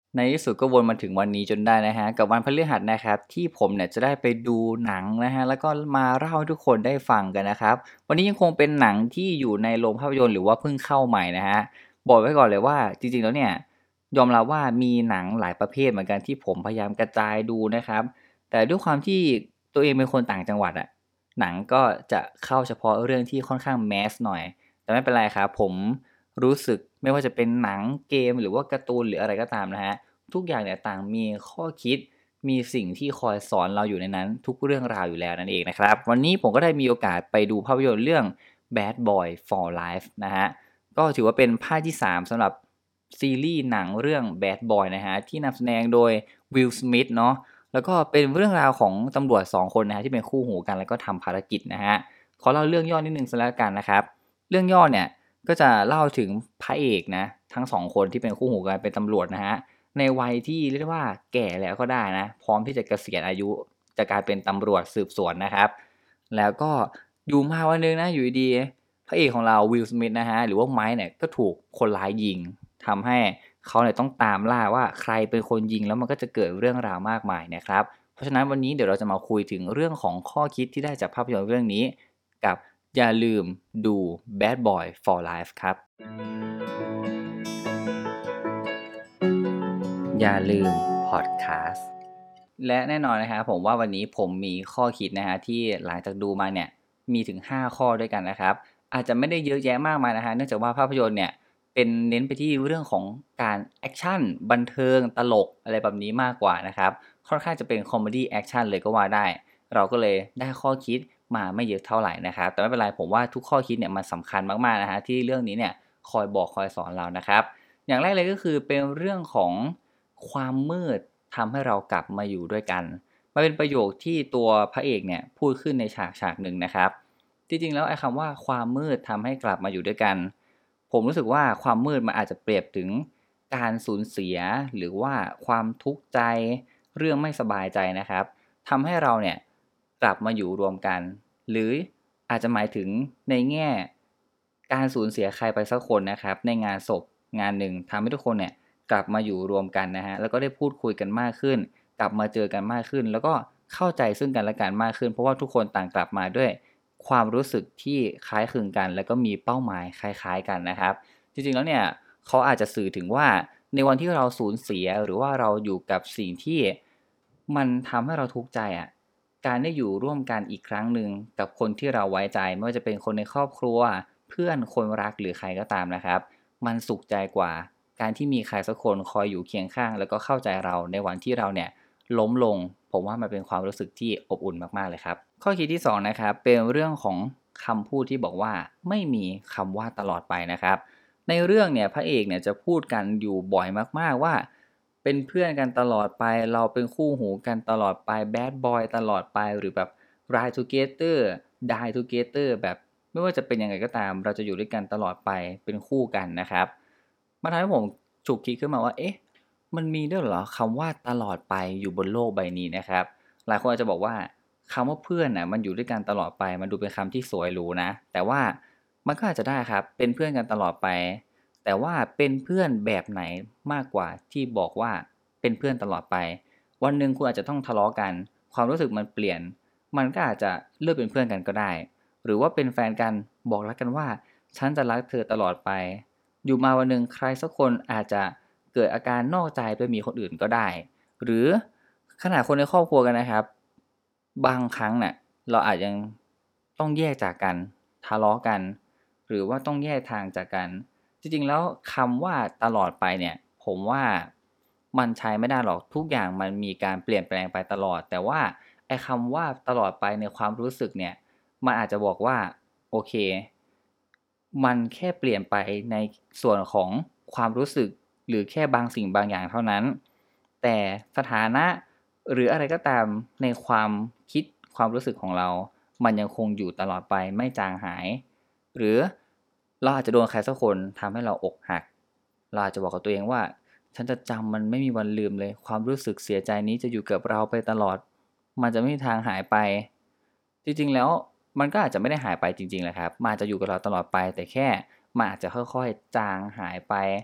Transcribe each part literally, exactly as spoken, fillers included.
ในที่สุดก็วนมาถึงวันนี้จนได้นะฮะกับวันพฤหัสนะครับที่ผมเนี่ยจะได้ไปดูหนังนะฮะแล้วก็มาเล่าให้ทุกคนได้ฟังกันนะครับวันนี้ยังคงเป็นหนังที่อยู่ในโรงภาพยนตร์หรือว่าเพิ่งเข้าใหม่นะฮะบอกไว้ก่อนเลยว่าจริงๆแล้วเนี่ยยอมรับว่ามีหนังหลายประเภทเหมือนกันที่ผมพยายามกระจายดูนะครับแต่ด้วยความที่ตัวเองเป็นคนต่างจังหวัดอะหนังก็จะเข้าเฉพาะเรื่องที่ค่อนข้างแมสหน่อยแต่ไม่เป็นไรครับผมรู้สึกไม่ว่าจะเป็นหนังเกมหรือว่าการ์ตูนหรืออะไรก็ตามนะฮะ ทุกอย่างเนี่ยต่างมีข้อคิดมีสิ่งที่คอยสอนเราอยู่ในนั้นทุกเรื่องราวอยู่แล้วนั่นเองนะครับวันนี้ผมก็ได้มีโอกาสไปดูภาพยนตร์เรื่อง Bad Boy for Life นะฮะก็ถือว่าเป็นภาคที่สามสำหรับซีรีส์หนังเรื่อง Bad Boy นะฮะที่นำแสดงโดย Will Smith เนาะแล้วก็เป็นเรื่องราวของตำรวจสองคนนะฮะที่เป็นคู่หูกันแล้วก็ทำภารกิจนะฮะขอเล่าเรื่องย่อนิดนึงซะแล้วกันนะครับเรื่องย่อเนี่ยก็จะเล่าถึงพระเอกนะทั้งสองคนที่เป็นคู่หูกันเป็นตำรวจนะฮะ ในวัยที่เรียกได้ว่าแก่แล้วก็ได้นะพร้อมที่จะเกษียณอายุจะกลายเป็นตำรวจสืบสวนนะครับแล้วก็อยู่มาวันหนึงนะอยู่ดีๆพระเอกของเราวิลสมิธนะฮะหรือว่าไมค์เนี่ยก็ถูกคนร้ายยิงทำให้เขาเนี่ยต้องตามล่าว่าใครเป็นคนยิงแล้วมันก็จะเกิดเรื่องราวมากมายนะครับเพราะฉะนั้นวันนี้เดี๋ยวเราจะมาคุยถึงเรื่องของข้อคิดที่ได้จากภาพยนตร์เรื่องนี้กับอย่าลืมดู Bad Boy for Life ครับ อย่าลืมพอดแคสต์และแน่นอนนะครับผมว่าวันนี้ผมมีข้อคิดนะฮะที่หลังจากดูมาเนี่ยมีถึงห้าข้อด้วยกันนะครับอาจจะไม่ได้เยอะแยะมากมายนะฮะเนื่องจากว่าภาพยนตร์เนี่ยเป็นเน้นไปที่เรื่องของการแอคชั่นบันเทิงตลกอะไรแบบนี้มากกว่านะครับค่อนข้างจะเป็นคอมเมดี้แอคชั่นเลยก็ว่าได้เราก็เลยได้ข้อคิดมาไม่เยอะเท่าไหร่นะครับแต่ไม่เป็นไรผมว่าทุกข้อคิดเนี่ยมันสำคัญมากๆนะฮะที่เรื่องนี้เนี่ยคอยบอกคอยสอนเรานะครับอย่างแรกเลยก็คือเป็นเรื่องของ ความมืดทำให้เรากลับมาอยู่ด้วยกันมันเป็นประโยคที่ตัวพระเอกเนี่ยพูดขึ้นในฉากฉากหนึ่งนะครับจริงๆแล้วไอ้คำว่าความมืดทำให้กลับมาอยู่ด้วยกันผมรู้สึกว่าความมืดมันอาจจะเปรียบถึงการสูญเสียหรือว่าความทุกข์ใจเรื่องไม่สบายใจนะครับทำให้เราเนี่ยกลับมาอยู่รวมกันหรืออาจจะหมายถึงในแง่การสูญเสียใครไปสักคนนะครับในงานศพงานหนึ่งทำให้ทุกคนเนี่ย กลับมาอยู่รวมกันนะฮะแล้วก็ได้พูดคุยกันมากขึ้นกลับมาเจอกันมากขึ้นแล้วก็เข้าใจซึ่งกันและกันมากขึ้นเพราะว่าทุกคนต่างกลับมาด้วยความรู้สึกที่คล้ายคลึงกันแล้วก็มีเป้าหมายคล้ายๆกันนะครับจริงๆแล้วเนี่ยเขาอาจจะสื่อถึงว่าในวันที่เราสูญเสียหรือว่าเราอยู่กับสิ่งที่มันทำให้เราทุกข์ใจอ่ะการได้อยู่ร่วมกันอีกครั้งหนึ่งกับคนที่เราไว้ใจไม่ว่าจะเป็นคนในครอบครัวเพื่อนคนรักหรือใครก็ตามนะครับมันสุขใจกว่า การที่มีใครสักคนคอยอยู่เคียงข้างแล้วก็เข้าใจเราในวันที่เราเนี่ยล้มลงผมว่ามันเป็นความรู้สึกที่อบอุ่นมากๆเลยครับข้อคิดที่สองนะครับเป็นเรื่องของคำพูดที่บอกว่าไม่มีคำว่าตลอดไปนะครับในเรื่องเนี่ยพระเอกเนี่ยจะพูดกันอยู่บ่อยมากๆว่าเป็นเพื่อนกันตลอดไปเราเป็นคู่หูกันตลอดไป Bad Boy ตลอดไปหรือแบบ Ride Together Die Together แบบไม่ว่าจะเป็นยังไงก็ตามเราจะอยู่ด้วยกันตลอดไปเป็นคู่กันนะครับ มันทำให้ผมฉุกคิดขึ้นมาว่าเอ๊ะมันมีด้วยเหรอคำว่าตลอดไปอยู่บนโลกใบนี้นะครับหลายคนอาจจะบอกว่าคำว่าเพื่อนน่ะมันอยู่ด้วยกันตลอดไปมันดูเป็นคำที่สวยหรูนะแต่ว่ามันก็อาจจะได้ครับเป็นเพื่อนกันตลอดไปแต่ว่าเป็นเพื่อนแบบไหนมากกว่าที่บอกว่าเป็นเพื่อนตลอดไปวันหนึ่งคุณอาจจะต้องทะเลาะกันความรู้สึกมันเปลี่ยนมันก็อาจจะเลิกเป็นเพื่อนกันก็ได้หรือว่าเป็นแฟนกันบอกรักกันว่าฉันจะรักเธอตลอดไป อยู่มาวันหนึ่งใครสักคนอาจจะเกิดอาการนอกใจไปมีคนอื่นก็ได้หรือขนาดคนในครอบครัวกันนะครับบางครั้งเนี่ยเราอาจยังต้องแยกจากกันทะเลาะกันหรือว่าต้องแยกทางจากกันจริงๆแล้วคำว่าตลอดไปเนี่ยผมว่ามันใช้ไม่ได้หรอกทุกอย่างมันมีการเปลี่ยนแปลงไปตลอดแต่ว่าไอ้คำว่าตลอดไปในความรู้สึกเนี่ยมันอาจจะบอกว่าโอเค มันแค่เปลี่ยนไปในส่วนของความรู้สึกหรือแค่บางสิ่งบางอย่างเท่านั้นแต่สถานะหรืออะไรก็ตามในความคิดความรู้สึกของเรามันยังคงอยู่ตลอดไปไม่จางหายหรือเราอาจจะโดนใครสักคนทำให้เราอกหักเราอาจจะบอกกับตัวเองว่าฉันจะจำมันไม่มีวันลืมเลยความรู้สึกเสียใจนี้จะอยู่กับเราไปตลอดมันจะไม่มีทางหายไปจริงๆแล้ว มันก็อาจจะไม่ได้หายไปจริงๆแหละครับมันอาจจะอยู่กับเราตลอดไปแต่แค่มันอาจจะค่อยๆจางหายไป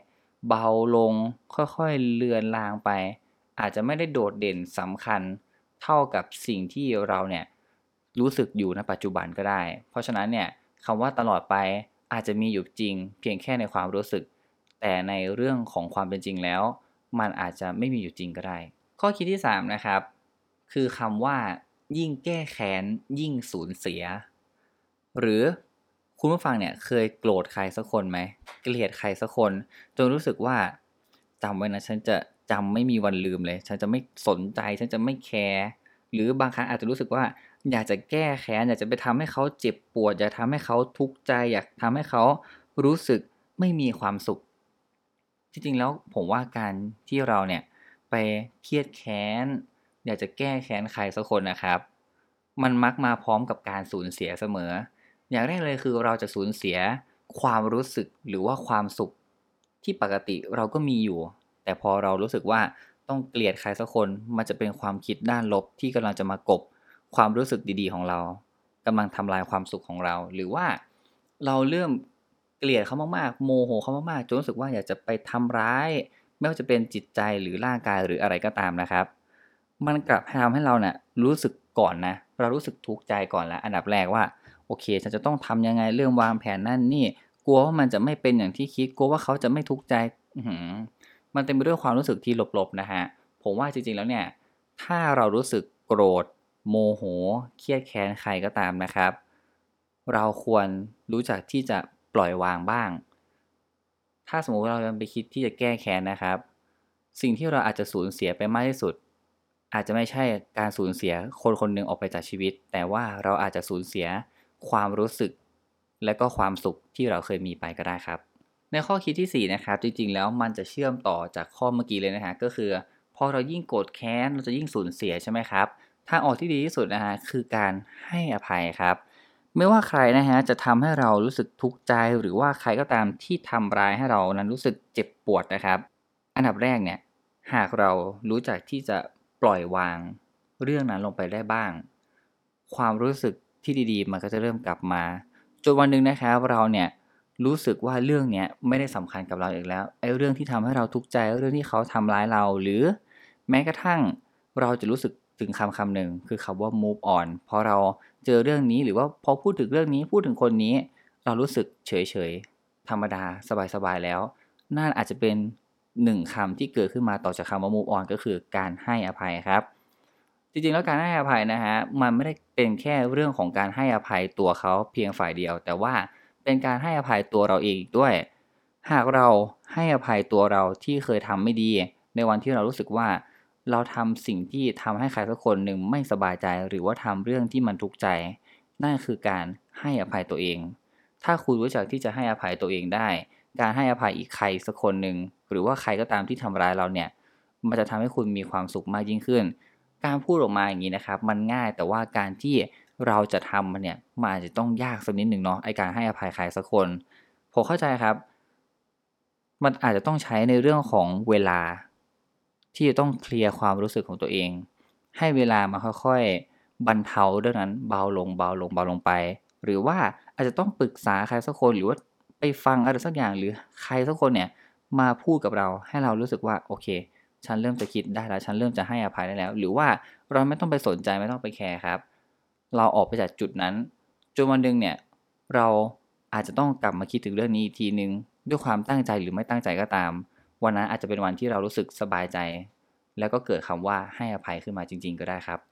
เบาลงค่อยๆเลือนลางไปอาจจะไม่ได้โดดเด่นสำคัญเท่ากับสิ่งที่เราเนี่ยรู้สึกอยู่ณปัจจุบันก็ได้เพราะฉะนั้นเนี่ยคำว่าตลอดไปอาจจะมีอยู่จริงเพียงแค่ในความรู้สึกแต่ในเรื่องของความเป็นจริงแล้วมันอาจจะไม่มีอยู่จริงก็ได้ข้อคิดที่สามนะครับคือคำว่ายิ่งแก้แค้นยิ่งสูญเสียหรือคุณผู้ฟังเนี่ยเคยโกรธใครสักคนไหมเกลียดใครสักคนจนรู้สึกว่าจำไว้นะฉันจะจำไม่มีวันลืมเลยฉันจะไม่สนใจฉันจะไม่แคร์หรือบางครั้งอาจจะรู้สึกว่าอยากจะแก้แค้นอยากจะไปทำให้เขาเจ็บปวดอยากทำให้เขาทุกข์ใจอยากทำให้เขารู้สึกไม่มีความสุขจริงๆแล้วผมว่าการที่เราเนี่ยไปเครียดแค้นอยากจะแก้แค้นใครสักคนนะครับมันมักมาพร้อมกับการสูญเสียเสมออย่างแรกเลยคือเราจะสูญเสียความรู้สึกหรือว่าความสุขที่ปกติเราก็มีอยู่แต่พอเรารู้สึกว่าต้องเกลียดใครสักคนมันจะเป็นความคิดด้านลบที่กำลังจะมากบความรู้สึกดีๆของเรากำลังทำลายความสุขของเราหรือว่าเราเริ่มเกลียดเขามากๆโมโหเขามากๆจนรู้สึกว่าอยากจะไปทำร้ายไม่ว่าจะเป็นจิตใจหรือร่างกายหรืออะไรก็ตามนะครับมันกลับทำให้เราเนี่ยรู้สึกก่อนนะเรารู้สึกทุกข์ใจก่อนแล้วอันดับแรกว่าโอเคฉันจะต้องทำยังไงเรื่องวางแผนนั่นนี่กลัวว่ามันจะไม่เป็นอย่างที่คิดกลัวว่าเขาจะไม่ทุกข์ใจอื้อหือมันเต็มไปด้วยความรู้สึกที่ลบๆนะฮะผมว่าจริงๆแล้วเนี่ยถ้าเรารู้สึกโกรธโมโหเครียดแค้นใครก็ตามนะครับเราควรรู้จักที่จะปล่อยวางบ้างถ้าสมมุติว่าเรายังไปคิดที่จะแก้แค้นนะครับสิ่งที่เราอาจจะสูญเสียไปมากที่สุดอาจจะไม่ใช่การสูญเสียคนคนหนึ่งออกไปจากชีวิตแต่ว่าเราอาจจะสูญเสียความรู้สึกและก็ความสุขที่เราเคยมีไปก็ได้ครับในข้อคิดที่สี่นะครับจริงๆแล้วมันจะเชื่อมต่อจากข้อเมื่อกี้เลยนะฮะก็คือพอเรายิ่งโกรธแค้นเราจะยิ่งสูญเสียใช่ไหมครับทางออกที่ดีที่สุดนะฮะคือการให้อภัยครับไม่ว่าใครนะฮะจะทำให้เรารู้สึกทุกข์ใจหรือว่าใครก็ตามที่ทำร้ายให้เรานั้นรู้สึกเจ็บปวดนะครับอันดับแรกเนี่ยหากเรารู้จักที่จะปล่อยวางเรื่องนั้นลงไปได้บ้างความรู้สึกที่ดีๆมันก็จะเริ่มกลับมาจนวันหนึ่งนะครับเราเนี่ยรู้สึกว่าเรื่องเนี้ยไม่ได้สำคัญกับเราอีกแล้วไอ้เรื่องที่ทำให้เราทุกข์ใจเรื่องที่เขาทำร้ายเราหรือแม้กระทั่งเราจะรู้สึกถึงคำคำหนึ่งคือคำว่า move on พอเราเจอเรื่องนี้หรือว่าพอพูดถึงเรื่องนี้พูดถึงคนนี้เรารู้สึกเฉยๆธรรมดาสบายๆแล้วนั่นอาจจะเป็นหนึ่งคำที่เกิดขึ้นมาต่อจากคำว่า move on ก็คือการให้อภัยครับจริงๆแล้วการให้อภัยนะฮะมันไม่ได้เป็นแค่เรื่องของการให้อภัยตัวเขาเพียงฝ่ายเดียวแต่ว่าเป็นการให้อภัยตัวเราเองอีกด้วยหากเราให้อภัยตัวเราที่เคยทำไม่ดีในวันที่เรารู้สึกว่าเราทำสิ่งที่ทำให้ใครสักคนหนึ่งไม่สบายใจหรือว่าทำเรื่องที่มันทุกข์ใจนั่นคือการให้อภัยตัวเองถ้าคุณรู้จักที่จะให้อภัยตัวเองได้การให้อภัยอีกใครสักคนหนึ่งหรือว่าใครก็ตามที่ทำร้ายเราเนี่ยมันจะทำให้คุณมีความสุขมากยิ่งขึ้นการพูดออกมาอย่างนี้นะครับมันง่ายแต่ว่าการที่เราจะทำมันเนี่ยมันอาจจะต้องยากสักนิดหนึ่งเนาะไอการให้อภัยใครสักคนผมเข้าใจครับมันอาจจะต้องใช้ในเรื่องของเวลาที่จะต้องเคลียร์ความรู้สึกของตัวเองให้เวลามาค่อยๆบรรเทาเรื่องนั้นเบาลงเบาลงเบาลงไปหรือว่าอาจจะต้องปรึกษาใครสักคนหรือว่าไปฟังอะไรสักอย่างหรือใครสักคนเนี่ยมาพูดกับเราให้เรารู้สึกว่าโอเคฉันเริ่มจะคิดได้แล้วฉันเริ่มจะให้อภัยได้แล้วหรือว่าเราไม่ต้องไปสนใจไม่ต้องไปแคร์ครับเราออกไปจากจุดนั้นจนวันหนึ่งเนี่ยเราอาจจะต้องกลับมาคิดถึงเรื่องนี้อีกทีนึงด้วยความตั้งใจหรือไม่ตั้งใจก็ตามวันนั้นอาจจะเป็นวันที่เรารู้สึกสบายใจแล้วก็เกิดคำว่าให้อภัยขึ้นมาจริงๆก็ได้ครับ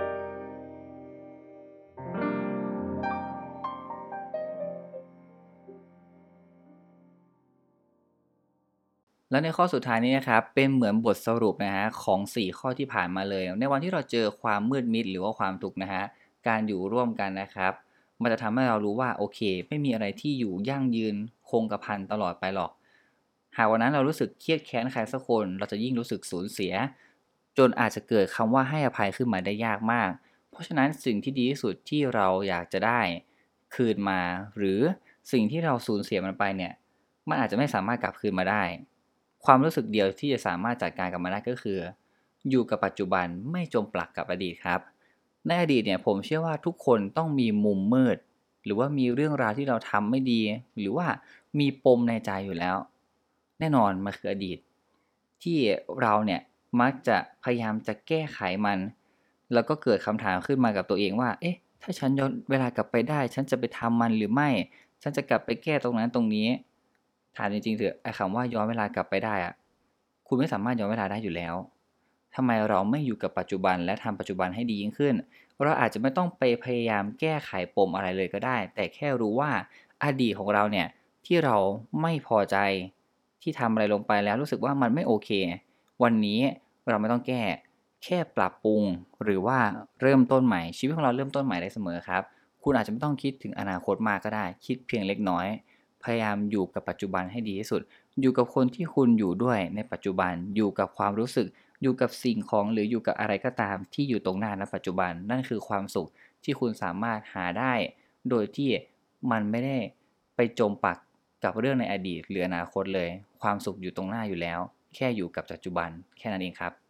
แล้วในข้อสุดท้ายนี้นะครับเป็นเหมือนบทสรุปนะฮะของสี่ข้อที่ผ่านมาเลยในวันที่เราเจอความมืดมิดหรือว่าความทุกข์นะฮะการอยู่ร่วมกันนะครับมันจะทำให้เรารู้ว่าโอเคไม่มีอะไรที่อยู่ยั่งยืนคงกระพันตลอดไปหรอกหากวันนั้นเรารู้สึกเครียดแค้นใครสักคนเราจะยิ่งรู้สึกสูญเสียจนอาจจะเกิดคำว่าให้อภัยขึ้นมาได้ยากมากเพราะฉะนั้นสิ่งที่ดีที่สุดที่เราอยากจะได้คืนมาหรือสิ่งที่เราสูญเสียมันไปเนี่ยมันอาจจะไม่สามารถกลับคืนมาได้ ความรู้สึกเดียวที่จะสามารถจัดการกับมันได้ก็คืออยู่กับปัจจุบันไม่จมปลักกับอดีตครับในอดีตเนี่ยผมเชื่อว่าทุกคนต้องมีมุมมืดหรือว่ามีเรื่องราวที่เราทำไม่ดีหรือว่ามีปมในใจอยู่แล้วแน่นอนมันคืออดีตที่เราเนี่ยมักจะพยายามจะแก้ไขมันแล้วก็เกิดคำถามขึ้นมากับตัวเองว่าเอ๊ะถ้าฉันย้อนเวลากลับไปได้ฉันจะไปทำมันหรือไม่ฉันจะกลับไปแก้ตรงนั้นตรงนี้ถามจริงๆเถอะไอ้คำว่าย้อนเวลากลับไปได้อะคุณไม่สามารถย้อนเวลาได้อยู่แล้วทำไมเราไม่อยู่กับปัจจุบันและทำปัจจุบันให้ดียิ่งขึ้นเราอาจจะไม่ต้องไปพยายามแก้ไขปมอะไรเลยก็ได้แต่แค่รู้ว่าอดีตของเราเนี่ยที่เราไม่พอใจที่ทำอะไรลงไปแล้วรู้สึกว่ามันไม่โอเควันนี้เราไม่ต้องแก้แค่ปรับปรุงหรือว่าเริ่มต้นใหม่ชีวิตของเราเริ่มต้นใหม่ได้เสมอครับคุณอาจจะไม่ต้องคิดถึงอนาคตมากก็ได้คิดเพียงเล็กน้อยพยายามอยู่กับปัจจุบันให้ดีที่สุดอยู่กับคนที่คุณอยู่ด้วยในปัจจุบันอยู่กับความรู้สึกอยู่กับสิ่งของหรืออยู่กับอะไรก็ตามที่อยู่ตรงหน้าณปัจจุบันนั่นคือความสุขที่คุณสามารถหาได้โดยที่มันไม่ได้ไปจมปักกับเรื่องในอดีตหรืออนาคตเลยความสุขอยู่ตรงหน้าอยู่แล้วแค่อยู่กับปัจจุบันแค่นั้นเองครับ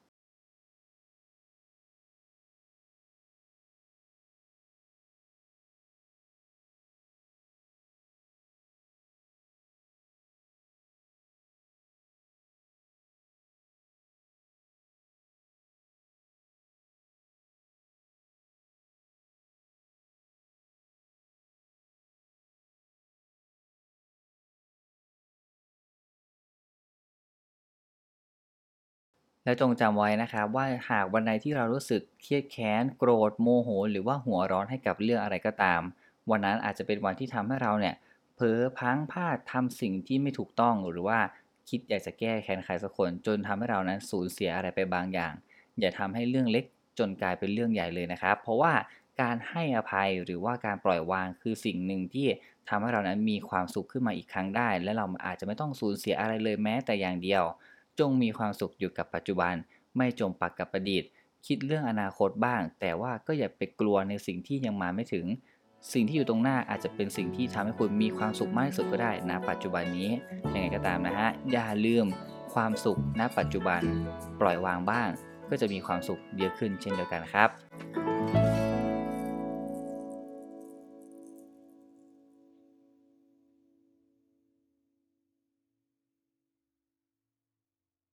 และจงจำไว้นะครับว่าหากวันใดที่เรารู้สึกเครียดแค้นโกรธโมโหหรือว่าหัวร้อนให้กับเรื่องอะไรก็ตามวันนั้นอาจจะเป็นวันที่ทำให้เราเนี่ยเผลอพลั้งพลาดทำสิ่งที่ไม่ถูกต้องหรือว่าคิดอยากจะแก้แค้นใครสักคนจนทำให้เรานั้นสูญเสียอะไรไปบางอย่างอย่าทำให้เรื่องเล็กจนกลายเป็นเรื่องใหญ่เลยนะครับเพราะว่าการให้อภัยหรือว่าการปล่อยวางคือสิ่งหนึ่งที่ทำให้เรานั้นมีความสุขขึ้นมาอีกครั้งได้และเราอาจจะไม่ต้องสูญเสียอะไรเลยแม้แต่อย่างเดียว จงมีความสุขอยู่กับปัจจุบันไม่จมปักกับอดีตคิดเรื่องอนาคตบ้างแต่ว่าก็อย่าไปกลัวในสิ่งที่ยังมาไม่ถึงสิ่งที่อยู่ตรงหน้าอาจจะเป็นสิ่งที่ทำให้คุณมีความสุขมากที่สุดก็ได้ณปัจจุบันนี้ยังไงก็ตามนะฮะอย่าลืมความสุขณปัจจุบันปล่อยวางบ้างก็จะมีความสุขเยอะขึ้นเช่นเดียวกันครับ